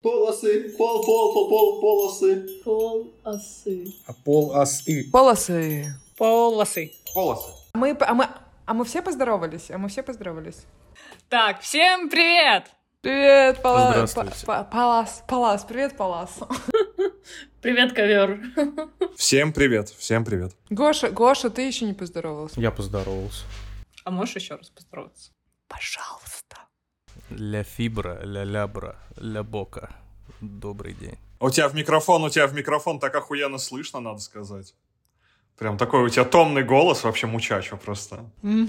Полосы, полосы. Полосы. Полосы. Полосы. Полосы. Полосы. Мы все поздоровались? Так, всем привет! Привет, Палас. Здравствуйте. Палас, привет, Палас. Привет, ковер. Всем привет. Гоша, ты еще не поздоровался. Я поздоровался. А можешь еще раз поздороваться? Пожалуйста. Ля фибра, ля лябра, ля бока. Добрый день. У тебя в микрофон так охуенно слышно, надо сказать. Прям такой у тебя томный голос, вообще мучачо просто.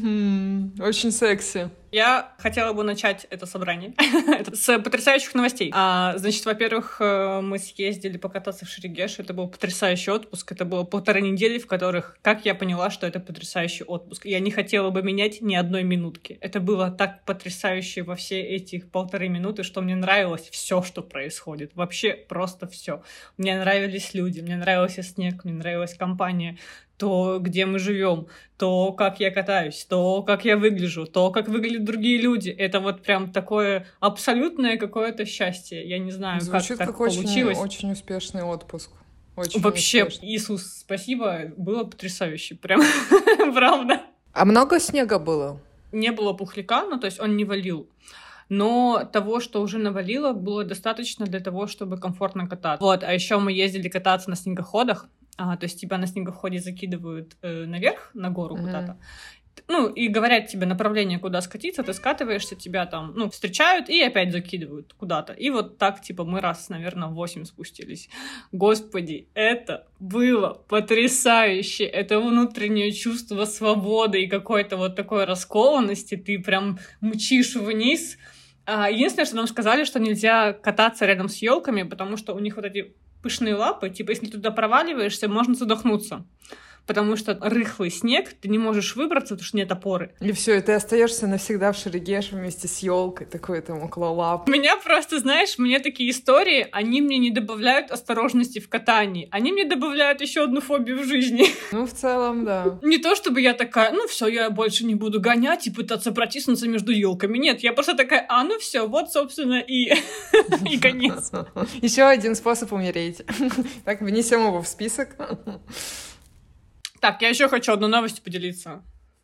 Очень секси. Я хотела бы начать это собрание с потрясающих новостей. Значит, во-первых, мы съездили покататься в Шерегеш. Это был потрясающий отпуск. Это было 1,5 недели, в которых, как я поняла, что это потрясающий отпуск. Я не хотела бы менять ни одной минутки. Это было так потрясающе во все этих 1,5 минуты, что мне нравилось все, что происходит. Вообще просто все. Мне нравились люди, мне нравился снег, мне нравилась компания. То, где мы живем, то, как я катаюсь, то, как я выгляжу, то, как выглядят другие люди. Это вот прям такое абсолютное какое-то счастье. Я не знаю, Звучит как так очень, получилось. очень успешный отпуск. Очень Вообще, успешный. Иисус, спасибо, было потрясающе, прям, правда. А много снега было? Не было пухляка, ну, то есть он не валил. Но того, что уже навалило, было достаточно для того, чтобы комфортно кататься. Вот, а еще мы ездили кататься на снегоходах. То есть тебя на снегоходе закидывают наверх, на гору куда-то. Ну, и говорят тебе направление, куда скатиться, ты скатываешься, тебя там, встречают и опять закидывают куда-то. И вот так, мы раз, наверное, 8 спустились. Господи, это было потрясающе. Это внутреннее чувство свободы и какой-то вот такой раскованности. Ты прям мчишь вниз. Единственное, что нам сказали, что нельзя кататься рядом с елками, потому что у них вот эти пышные лапы, если туда проваливаешься, можно задохнуться. Потому что рыхлый снег, ты не можешь выбраться, потому что нет опоры. И все, и ты остаешься навсегда в Шерегеше вместе с елкой, такой там около лап. У меня просто, знаешь, мне такие истории, они мне не добавляют осторожности в катании, они мне добавляют еще одну фобию в жизни. Ну, в целом, да. Не то, чтобы я такая, все, я больше не буду гонять и пытаться протиснуться между елками. Нет, я просто такая, все, вот, собственно, и конец. Еще один способ умереть. Так, внесем его в список. Так, я еще хочу одну новость поделиться.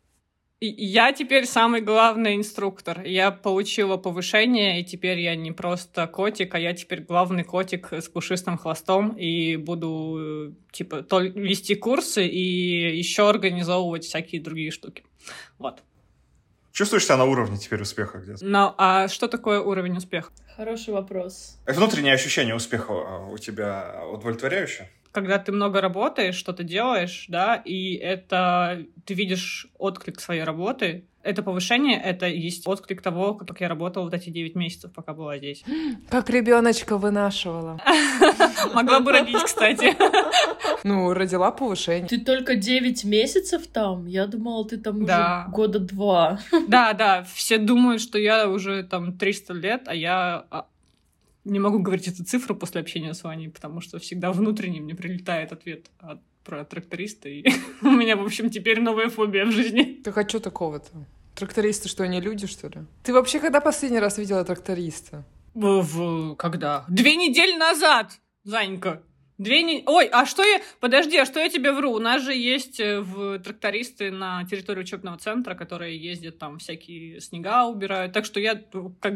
Я теперь самый главный инструктор. Я получила повышение, и теперь я не просто котик, а я теперь главный котик с пушистым хвостом, и буду, вести курсы и еще организовывать всякие другие штуки. Вот. Чувствуешь себя на уровне теперь успеха где-то? А что такое уровень успеха? Хороший вопрос. Внутреннее ощущение успеха у тебя удовлетворяющее? Когда ты много работаешь, что-то делаешь, да, и это ты видишь отклик своей работы. Это повышение, это есть отклик того, как я работала вот эти 9 месяцев, пока была здесь. Как ребеночка вынашивала. Могла бы родить, кстати. Родила повышение. Ты только 9 месяцев там? Я думала, ты там Да. уже года 2. Да, все думают, что я уже там 300 лет, а я не могу говорить эту цифру после общения с Ваней, потому что всегда внутренне мне прилетает ответ про тракториста, и у меня, в общем, теперь новая фобия в жизни. Так а что такого-то? Трактористы что, не люди, что ли? Ты вообще когда последний раз видела тракториста? Когда? 2 недели назад, Занька. Ой, Подожди, а что я тебе вру? У нас же есть трактористы на территории учебного центра, которые ездят там всякие снега убирают. Так что я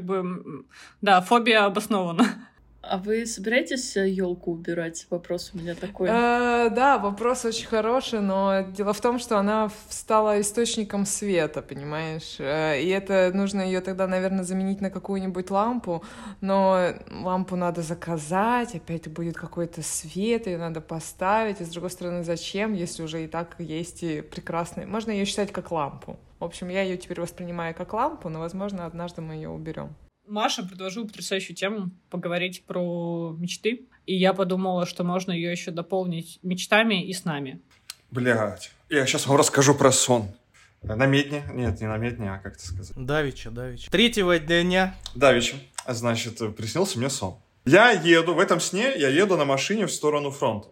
да, фобия обоснована. А вы собираетесь елку убирать? Вопрос у меня такой. Да, вопрос очень хороший, но дело в том, что она стала источником света, понимаешь? И это нужно ее тогда, наверное, заменить на какую-нибудь лампу, но лампу надо заказать, опять будет какой-то свет, ее надо поставить, и с другой стороны, зачем, если уже и так есть и прекрасный... Можно ее считать как лампу. В общем, я ее теперь воспринимаю как лампу, но, возможно, однажды мы ее уберем. Маша предложила потрясающую тему поговорить про мечты, и я подумала, что можно ее еще дополнить мечтами и снами. Блядь, я сейчас вам расскажу про сон. На медне? Нет, не на медне, а как это сказать? Давича. 3-го дня. Давича. Значит, приснился мне сон. В этом сне я еду на машине в сторону фронта.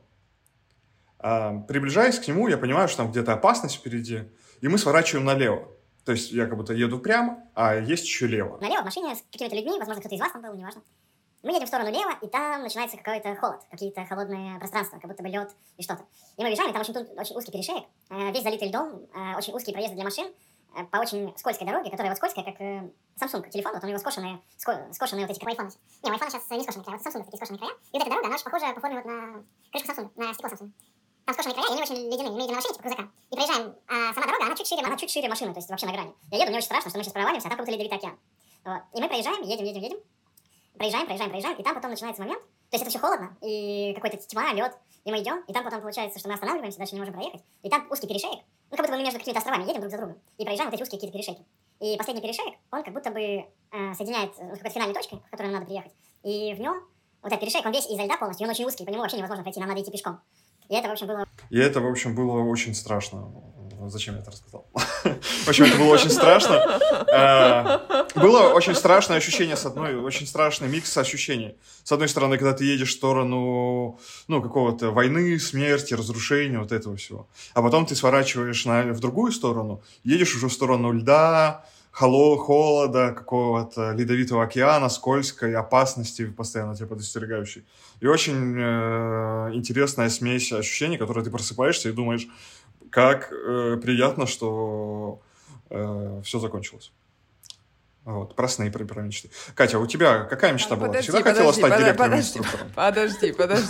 Приближаясь к нему, я понимаю, что там где-то опасность впереди, и мы сворачиваем налево. То есть я как будто еду прямо, а есть еще лево. Налево в машине с какими-то людьми, возможно, кто-то из вас там был, неважно. Мы едем в сторону лево, и там начинается какой-то холод, какие-то холодные пространства, как будто бы лед и что-то. И мы въезжаем, и там очень узкий перешеек, весь залитый льдом, очень узкие проезды для машин, по очень скользкой дороге, которая вот скользкая, как Samsung телефон, вот у него скошенные вот эти, как у айфона. Не, у айфона сейчас не скошенные края, вот Samsung такие скошенные края. И вот эта дорога, она очень похожа по форме вот на крышку Samsung, на стекло Samsung. Там скошенные края, и они очень ледяные. Мы едем на машине, типа крузака. И проезжаем, а сама дорога, она чуть шире машины, то есть вообще на грани. Я еду, мне очень страшно, что мы сейчас провалимся, а там как будто ледовитый океан. Вот. И мы проезжаем, едем. Проезжаем, и там потом начинается момент. То есть это все холодно, и какая-то тьма, лед, и мы идем, и там потом получается, что мы останавливаемся, дальше не можем проехать. И там узкий перешеек, ну как будто бы мы между какими-то островами едем друг за другом, и проезжаем вот эти узкие какие-то перешейки. И последний перешеек, он как будто бы соединяет с какой-то финальной точкой, в которую нам надо приехать. И в нем вот этот перешейк, он весь изо льда полностью, он очень узкий, по нему вообще невозможно пройти, нам надо идти пешком. И это, в общем, было очень страшно. Зачем я это рассказал? В общем, это было очень страшно. Было очень страшное ощущение, очень страшный микс ощущений. С одной стороны, когда ты едешь в сторону, какого-то войны, смерти, разрушения, вот этого всего. А потом ты сворачиваешь в другую сторону, едешь уже в сторону льда, холода, какого-то ледовитого океана, скользкой опасности, постоянно тебя подостерегающей. И очень интересная смесь ощущений, которые ты просыпаешься и думаешь, как приятно, что все закончилось. Вот, про сны, про мечты. Катя, у тебя какая мечта была? Ты всегда хотела стать директором-инструктором? Подожди.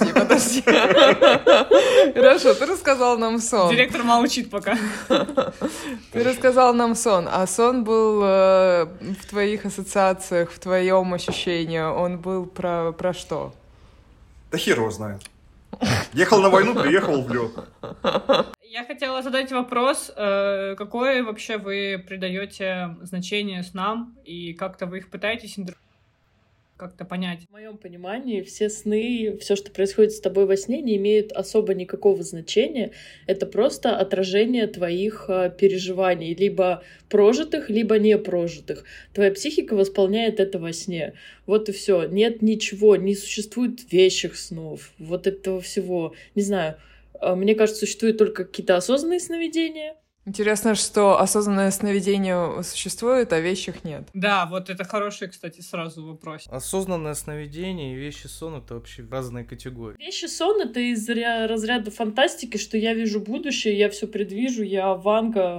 Хорошо, ты рассказал нам сон. Директор молчит пока. Ты рассказал нам сон, а сон был в твоих ассоциациях, в твоем ощущении, он был про что? Да хер его знает. Ехал на войну, приехал в лед. Я хотела задать вопрос, какое вообще вы придаете значение снам и как-то вы их пытаетесь как-то понять? В моем понимании все сны, все, что происходит с тобой во сне, не имеют особо никакого значения. Это просто отражение твоих переживаний, либо прожитых, либо не прожитых. Твоя психика восполняет это во сне. Вот и все. Нет ничего, не существует вещих снов. Вот этого всего. Не знаю. Мне кажется, существуют только какие-то осознанные сновидения. Интересно, что осознанное сновидение существует, а вещих нет. Да, вот это хороший, кстати, сразу вопрос. Осознанное сновидение и вещи сон — это вообще разные категории. Вещи сон — это из разряда фантастики, что я вижу будущее, я все предвижу, я Ванга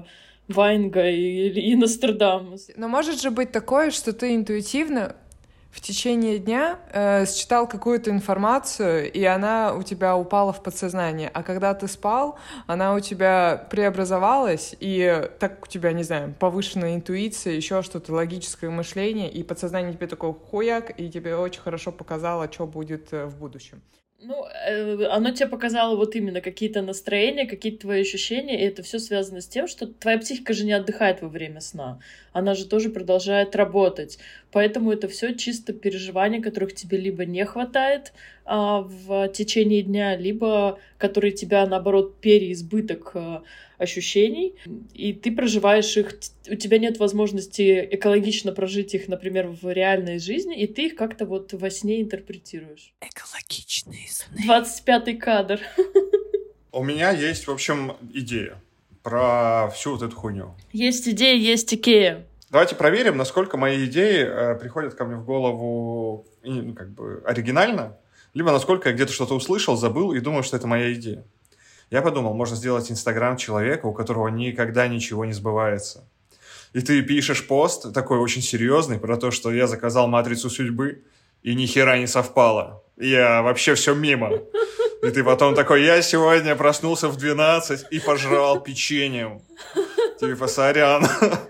и Нострадамус. Но может же быть такое, что ты интуитивно в течение дня считал какую-то информацию, и она у тебя упала в подсознание, а когда ты спал, она у тебя преобразовалась, и так у тебя, не знаю, повышенная интуиция, еще что-то, логическое мышление, и подсознание тебе такой хуяк, и тебе очень хорошо показало, что будет в будущем. Ну, оно тебе показало вот именно какие-то настроения, какие-то твои ощущения, и это все связано с тем, что твоя психика же не отдыхает во время сна. Она же тоже продолжает работать. Поэтому это все чисто переживания, которых тебе либо не хватает в течение дня, либо которые тебя, наоборот, переизбыток ощущений, и ты проживаешь их, у тебя нет возможности экологично прожить их, например, в реальной жизни, и ты их как-то вот во сне интерпретируешь. Экологичные сны. 25-й кадр. У меня есть, в общем, идея про всю вот эту хуйню. Есть идея, есть Икея. Давайте проверим, насколько мои идеи приходят ко мне в голову оригинально, либо насколько я где-то что-то услышал, забыл и думаю, что это моя идея. Я подумал, можно сделать Инстаграм человека, у которого никогда ничего не сбывается. И ты пишешь пост такой очень серьезный про то, что я заказал матрицу судьбы, и ни хера не совпало. Я вообще все мимо. И ты потом такой, я сегодня проснулся в 12 и пожрал печеньем. Типа, сорян.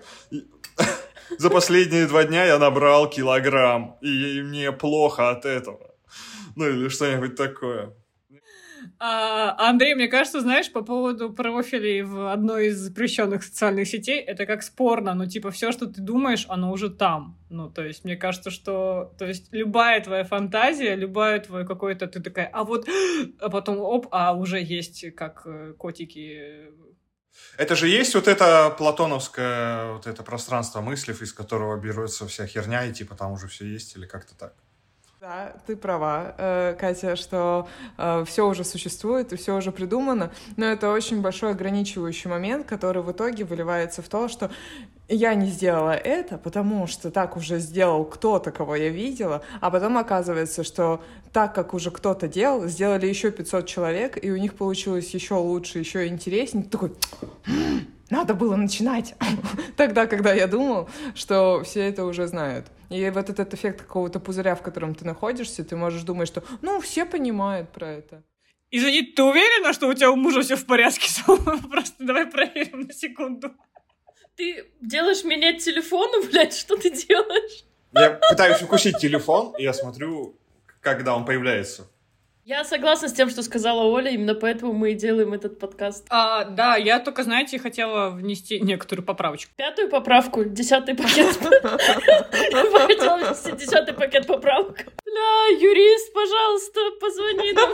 За последние 2 дня я набрал килограмм, и мне плохо от этого. Ну или что-нибудь такое. Андрей, мне кажется, знаешь, по поводу профилей в одной из запрещенных социальных сетей, это как спорно, но типа все, что ты думаешь, оно уже там. Ну, то есть, мне кажется, что любая твоя фантазия, любая твоя какой-то, ты такая, а потом уже есть как котики. Это же есть вот это платоновское вот это пространство мыслей, из которого берется вся херня, и типа там уже все есть, или как-то так. Да, ты права, Катя, что все уже существует и все уже придумано, но это очень большой ограничивающий момент, который в итоге выливается в то, что я не сделала это, потому что так уже сделал кто-то, кого я видела, а потом оказывается, что так, как уже кто-то делал, сделали еще 500 человек, и у них получилось еще лучше, еще интереснее. Ты такой, надо было начинать тогда, когда я думал, что все это уже знают. И вот этот эффект какого-то пузыря, в котором ты находишься, ты можешь думать, что, все понимают про это. Извини, ты уверена, что у тебя у мужа все в порядке? Просто давай проверим на секунду. Ты делаешь менять телефону, блядь, что ты делаешь? Я пытаюсь укусить телефон, и я смотрю, когда он появляется. Я согласна с тем, что сказала Оля, именно поэтому мы и делаем этот подкаст. Да, я только, знаете, хотела внести некоторую поправочку. 5-ю поправку, 10-й пакет. Хотела внести 10-й пакет поправок. Бля, юрист, пожалуйста, позвони нам.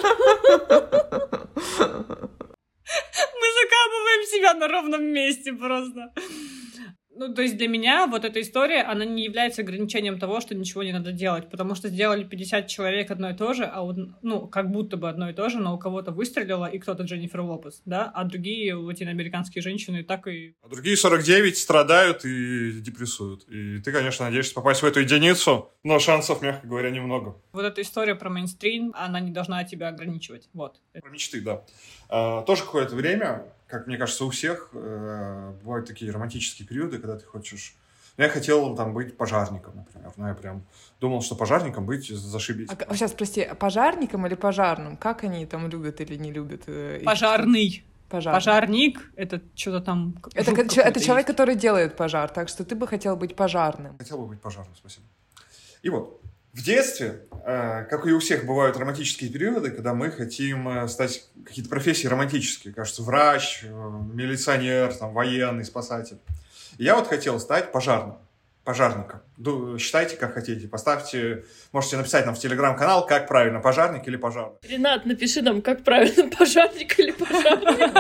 Мы закапываем себя на ровном месте просто. То есть для меня вот эта история, она не является ограничением того, что ничего не надо делать, потому что сделали 50 человек одно и то же, как будто бы одно и то же, но у кого-то выстрелило, и кто-то Дженнифер Лопес, да, а другие латиноамериканские женщины так и... А другие 49 страдают и депрессуют. И ты, конечно, надеешься попасть в эту единицу, но шансов, мягко говоря, немного. Вот эта история про мейнстрим, она не должна тебя ограничивать, вот. Про мечты, да. Тоже какое-то время, как мне кажется, у всех бывают такие романтические периоды, когда ты хочешь... Я хотел там быть пожарником, например. Я прям думал, что пожарником быть зашибись. Сейчас, прости, пожарником или пожарным? Как они там любят или не любят? Пожарный. Пожарник — это что-то там... Это человек, который делает пожар, так что ты бы хотел быть пожарным. Хотел бы быть пожарным, спасибо. И вот, в детстве, как и у всех, бывают романтические периоды, когда мы хотим стать какие-то профессии романтические. Кажется, врач, милиционер, там, военный, спасатель. И я вот хотел стать пожарником. Считайте, как хотите. Поставьте, можете написать нам в телеграм-канал, как правильно, пожарник или пожарник. Ренат, напиши нам, как правильно, пожарник или пожарник.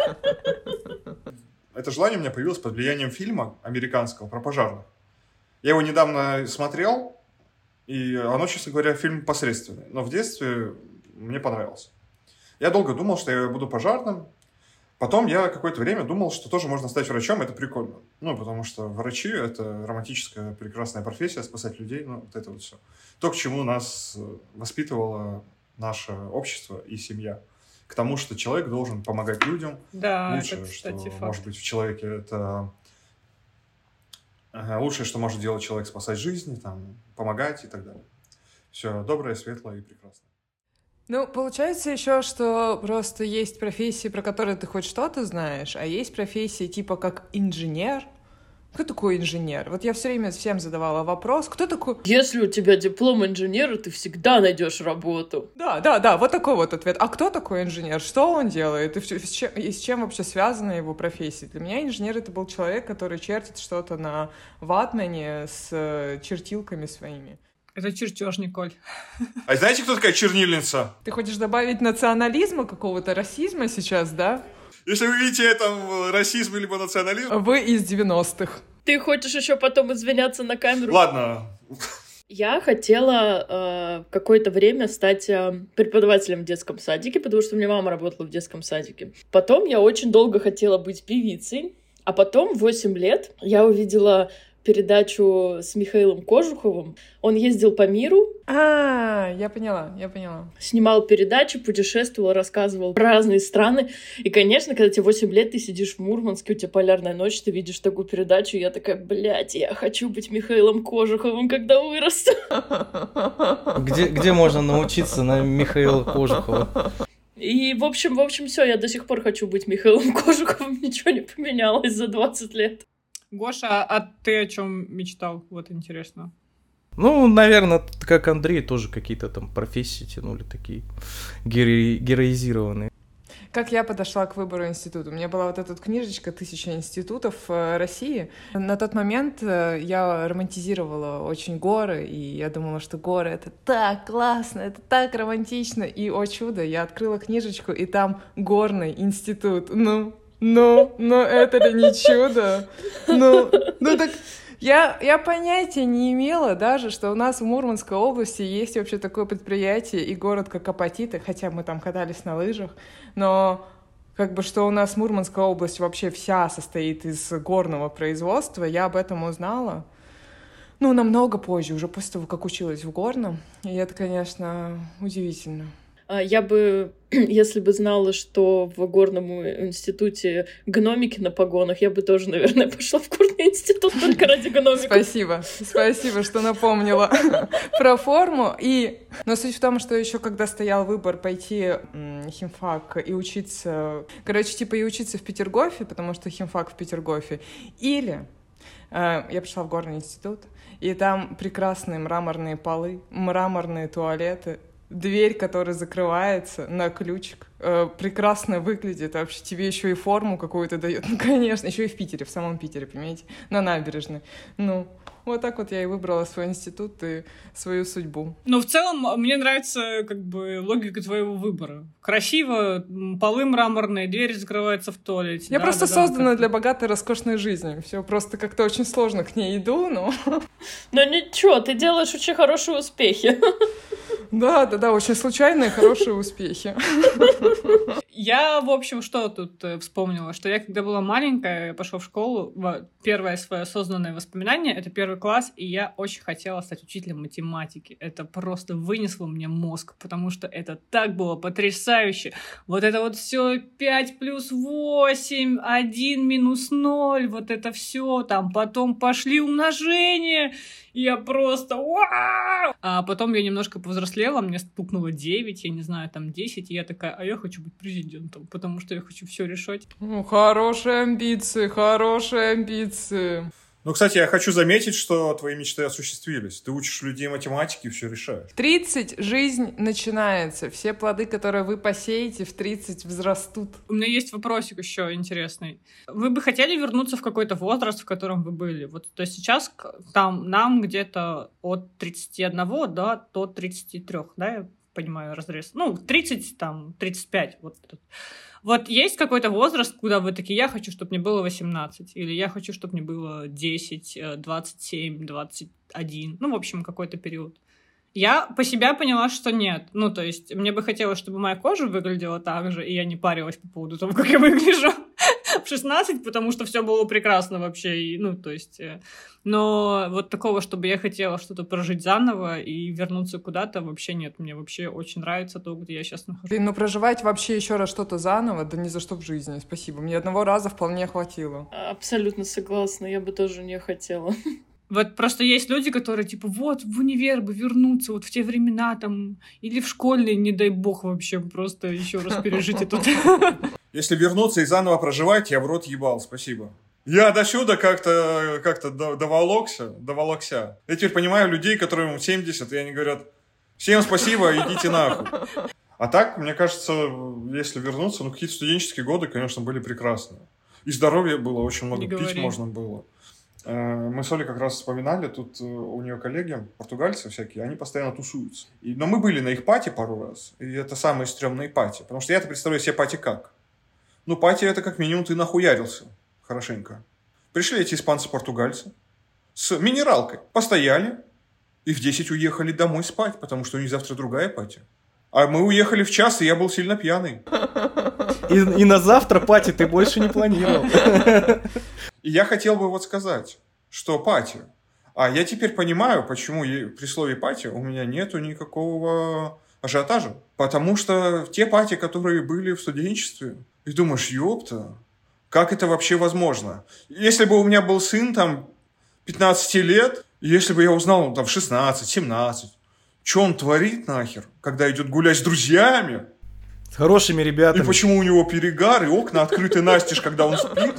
Это желание у меня появилось под влиянием фильма американского про пожарных. Я его недавно смотрел, и оно, честно говоря, фильм посредственный. Но в детстве мне понравился. Я долго думал, что я буду пожарным. Потом я какое-то время думал, что тоже можно стать врачом, это прикольно. Потому что врачи — это романтическая, прекрасная профессия, спасать людей, вот это вот все. То, к чему нас воспитывало наше общество и семья. К тому, что человек должен помогать людям. Да, лучшее, это, кстати, что факт. может быть в человеке, это... Лучшее, что может делать человек, спасать жизни, помогать и так далее. Все доброе, светлое и прекрасное. Получается еще, что просто есть профессии, про которые ты хоть что-то знаешь, а есть профессии типа как инженер. Кто такой инженер? Вот я все время всем задавала вопрос, кто такой... Если у тебя диплом инженера, ты всегда найдешь работу. Да, вот такой вот ответ. А кто такой инженер? Что он делает? И с чем вообще связана его профессия? Для меня инженер — это был человек, который чертит что-то на ватмане с чертилками своими. Это чертеж, Николь. А знаете, кто такая чернильница? Ты хочешь добавить национализма, какого-то расизма сейчас, да? Если вы видите там расизм либо национализм... Вы из 90-х. Ты хочешь еще потом извиняться на камеру? Ладно. Я хотела какое-то время стать преподавателем в детском садике, потому что у меня мама работала в детском садике. Потом я очень долго хотела быть певицей, а потом в 8 лет я увидела передачу с Михаилом Кожуховым. Он ездил по миру. Я поняла. Снимал передачи, путешествовал, рассказывал про разные страны. И, конечно, когда тебе 8 лет, ты сидишь в Мурманске, у тебя полярная ночь, ты видишь такую передачу, и я такая, блядь, я хочу быть Михаилом Кожуховым, когда вырасту. Где можно научиться на Михаила Кожухова? И, в общем, все, я до сих пор хочу быть Михаилом Кожуховым, ничего не поменялось за 20 лет. Гоша, а ты о чем мечтал? Вот интересно. Наверное, как Андрей, тоже какие-то там профессии тянули такие героизированные. Как я подошла к выбору института? У меня была вот эта книжечка «1000 институтов России». На тот момент я романтизировала очень горы, и я думала, что горы — это так классно, это так романтично. И, о чудо, я открыла книжечку, и там горный институт. Это ли не чудо? Так я понятия не имела даже, что у нас в Мурманской области есть вообще такое предприятие и город, как Апатиты, хотя мы там катались на лыжах, но как бы, что у нас Мурманская область вообще вся состоит из горного производства, я об этом узнала. Ну, намного позже, уже после того, как училась в горном. И это, конечно, удивительно. Я бы, если бы знала, что в горном институте гномики на погонах, я бы тоже, наверное, пошла в горный институт только ради гномиков. Спасибо, что напомнила про форму. Но суть в том, что еще когда стоял выбор пойти химфак и учиться... Короче, типа и учиться в Петергофе, потому что химфак в Петергофе, или... Я пришла в горный институт, и там прекрасные мраморные полы, мраморные туалеты, дверь, которая закрывается на ключик, прекрасно выглядит, вообще тебе еще и форму какую-то дает. Ну, конечно, еще и в Питере, в самом Питере, понимаете, на набережной. Ну, вот так вот я и выбрала свой институт и свою судьбу. Но в целом мне нравится как бы логика твоего выбора. Красиво, полы мраморные, дверь закрывается в туалете. Я просто создана для богатой, роскошной жизни. Все просто как-то очень сложно к ней иду, но... Но ничего, ты делаешь очень хорошие успехи. Да, очень случайные хорошие успехи. Я, в общем, что тут вспомнила? Что я, когда была маленькая, я пошла в школу, первое свое осознанное воспоминание — это 1 класс, и я очень хотела стать учителем математики. Это просто вынесло мне мозг, потому что это так было потрясающе. Вот это вот все 5 плюс 8, 1 минус 0, вот это все, там потом пошли умножения, и я просто вау! А потом я немножко повзрослела, мне стукнуло 9, я не знаю, там 10, и я такая, а я хочу быть президентом, потому что я хочу все решать. Хорошие амбиции. Ну, кстати, я хочу заметить, что твои мечты осуществились. Ты учишь людей математике и все решаешь. В 30 жизнь начинается. Все плоды, которые вы посеете, в 30 взрастут. У меня есть вопросик еще интересный. Вы бы хотели вернуться в какой-то возраст, в котором вы были? Вот, то есть сейчас там нам где-то от 31 до 33, да, я понимаю, разрез. Ну, 30, там, 35, вот этот. Вот есть какой-то возраст, куда вы такие, я хочу, чтобы мне было 18, или я хочу, чтобы мне было 10, 27, 21, ну, в общем, какой-то период. Я по себе поняла, что нет. Ну, то есть, мне бы хотелось, чтобы моя кожа выглядела так же, и я не парилась по поводу того, как я выгляжу в 16, потому что все было прекрасно вообще. И, ну, то есть... Но вот такого, чтобы я хотела что-то прожить заново и вернуться куда-то, вообще нет. Мне вообще очень нравится то, где я сейчас нахожусь. Блин, ну проживать вообще еще раз что-то заново, да ни за что в жизни. Спасибо. Мне одного раза вполне хватило. Абсолютно согласна. Я бы тоже не хотела. Вот просто есть люди, которые типа вот в универ бы вернуться вот в те времена там, или в школьные, не дай бог вообще, просто еще раз пережить это. Если вернуться и заново проживать, я в рот ебал, спасибо. Я до сюда как-то доволокся. Я теперь понимаю людей, которым 70, и они говорят, всем спасибо, идите нахуй. А так, мне кажется, если вернуться, ну какие-то студенческие годы, конечно, были прекрасные. И здоровья было очень много, пить можно было. Мы с Олей как раз вспоминали, тут у нее коллеги, португальцы всякие, они постоянно тусуются. Но мы были на их пати пару раз, и это самые стрёмные пати. Потому что я-то представляю себе пати как. Ну, пати это как минимум ты нахуярился хорошенько. Пришли эти испанцы-португальцы с минералкой, постояли, и в 10 уехали домой спать, потому что у них завтра другая пати. А мы уехали в час, и я был сильно пьяный. И на завтра пати ты больше не планировал. И я хотел бы вот сказать, что пати. А я теперь понимаю, почему при слове пати у меня нету никакого ажиотажа. Потому что те пати, которые были в студенчестве, и думаешь, ёпта, как это вообще возможно? Если бы у меня был сын там 15 лет, если бы я узнал там в 16, 17, что он творит нахер, когда идет гулять с друзьями, с хорошими ребятами. И почему у него перегар, и окна открыты настежь, когда он спит,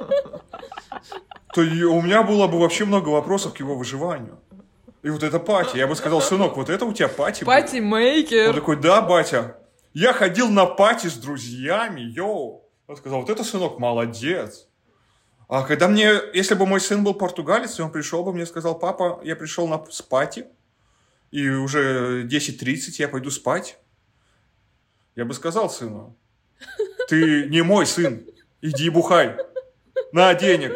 то у меня было бы вообще много вопросов к его выживанию. И вот это пати. Я бы сказал, сынок, вот это у тебя пати. Пати-мейкер. Он такой, да, батя. Я ходил на пати с друзьями, йоу. Он сказал, вот это, сынок, молодец. А когда если бы мой сын был португалец, и он пришел бы, мне сказал, папа, я пришел с пати, и уже 10:30 я пойду спать. Я бы сказал сыну, ты не мой сын, иди бухай, на денег.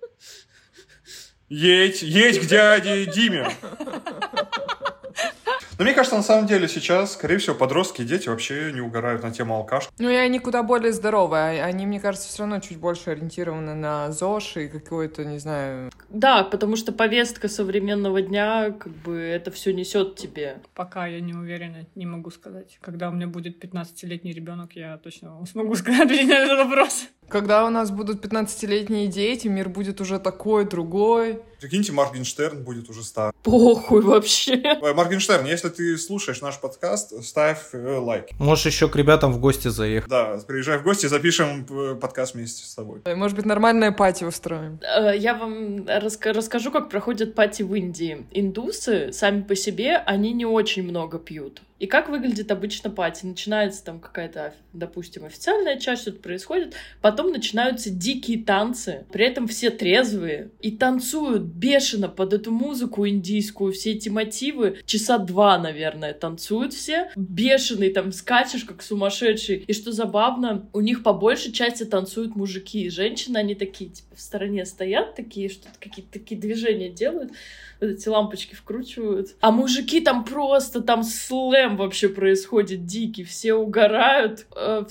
Едь к дяде Диме. Но мне кажется, на самом деле сейчас, скорее всего, подростки и дети вообще не угорают на тему алкаш. Ну и они куда более здоровые. Они, мне кажется, все равно чуть больше ориентированы на ЗОЖ и какой-то, не знаю... Да, потому что повестка современного дня, как бы, это все несет тебе. Пока я не уверена, не могу сказать. Когда у меня будет 15-летний ребенок, я точно смогу ответить на этот вопрос. Когда у нас будут 15-летние дети, мир будет уже такой, другой. Прикиньте, Моргенштерн будет уже стар. Похуй вообще. Моргенштерн, если ты слушаешь наш подкаст, ставь лайк. Можешь еще к ребятам в гости заехать. Да, приезжай в гости, запишем подкаст вместе с тобой. Может быть, нормальное пати устроим. Я вам расскажу, как проходят пати в Индии. Индусы сами по себе, они не очень много пьют. И как выглядит обычно пати? Начинается там какая-то, допустим, официальная часть, что-то происходит, потом начинаются дикие танцы, при этом все трезвые и танцуют бешено под эту музыку индийскую, все эти мотивы, часа 2, наверное, танцуют все, бешеный, там скачешь как сумасшедший. И что забавно, у них по большей части танцуют мужики, женщины, они такие, типа, в стороне стоят, такие, что-то какие-то такие движения делают, вот эти лампочки вкручивают. А мужики там просто, там слэм вообще происходит дикий, все угорают,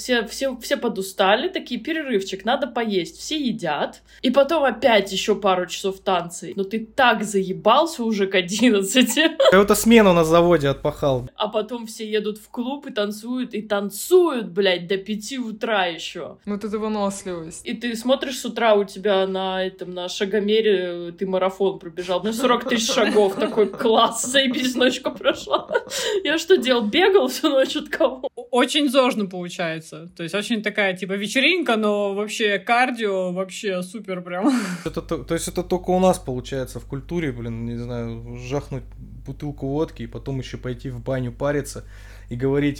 все подустали, такие, перерывчик, надо поесть, все едят, и потом опять еще пару часов танцы. Но ты так заебался уже к 11. Какую-то смену на заводе отпахал. А потом все едут в клуб и танцуют, блядь, до 5 утра еще. Вот это выносливость. И ты смотришь с утра, у тебя на шагомере ты марафон пробежал, 40 тысяч шагов, такой класс, заебись, ночка прошла. Я что делал? Бегал всю ночь от кого? Очень зожно получается. То есть очень такая, типа, вечеринка, но вообще кардио вообще супер прям. То есть это только у нас получается в культуре, блин, не знаю, жахнуть бутылку водки и потом еще пойти в баню париться и говорить: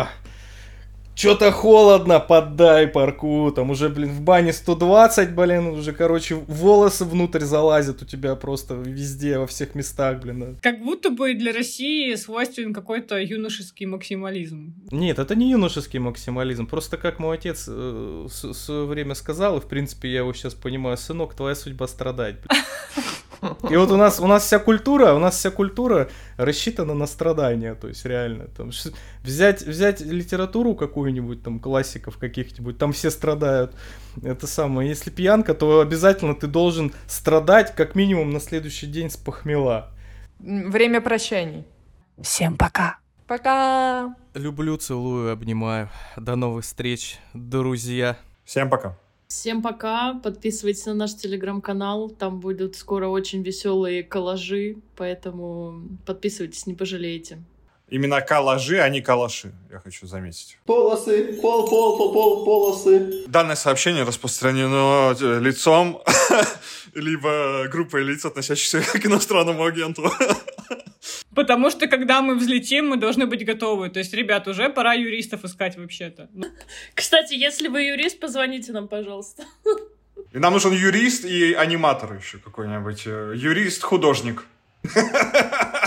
что-то холодно, поддай парку, там уже, блин, в бане 120, блин, уже, короче, волосы внутрь залазят у тебя просто везде, во всех местах, блин. Как будто бы для России свойственен какой-то юношеский максимализм. Нет, это не юношеский максимализм, просто как мой отец в свое время сказал, и, в принципе, я его сейчас понимаю: сынок, твоя судьба страдать. И вот у нас вся культура рассчитана на страдания, то есть реально. Там, взять литературу какую-нибудь, там, классиков каких-нибудь, там все страдают. Это самое. Если пьянка, то обязательно ты должен страдать как минимум на следующий день с похмела. Время прощаний. Всем пока. Пока. Люблю, целую, обнимаю. До новых встреч, друзья. Всем пока. Всем пока, подписывайтесь на наш телеграм-канал, там будут скоро очень веселые коллажи, поэтому подписывайтесь, не пожалеете. Именно коллажи, а не калаши, я хочу заметить. Полосы, полосы. Данное сообщение распространено лицом, либо группой лиц, относящихся к иностранному агенту. Потому что, когда мы взлетим, мы должны быть готовы. То есть, ребят, уже пора юристов искать вообще-то. Кстати, если вы юрист, позвоните нам, пожалуйста. И нам нужен юрист и аниматор еще какой-нибудь. Юрист-художник.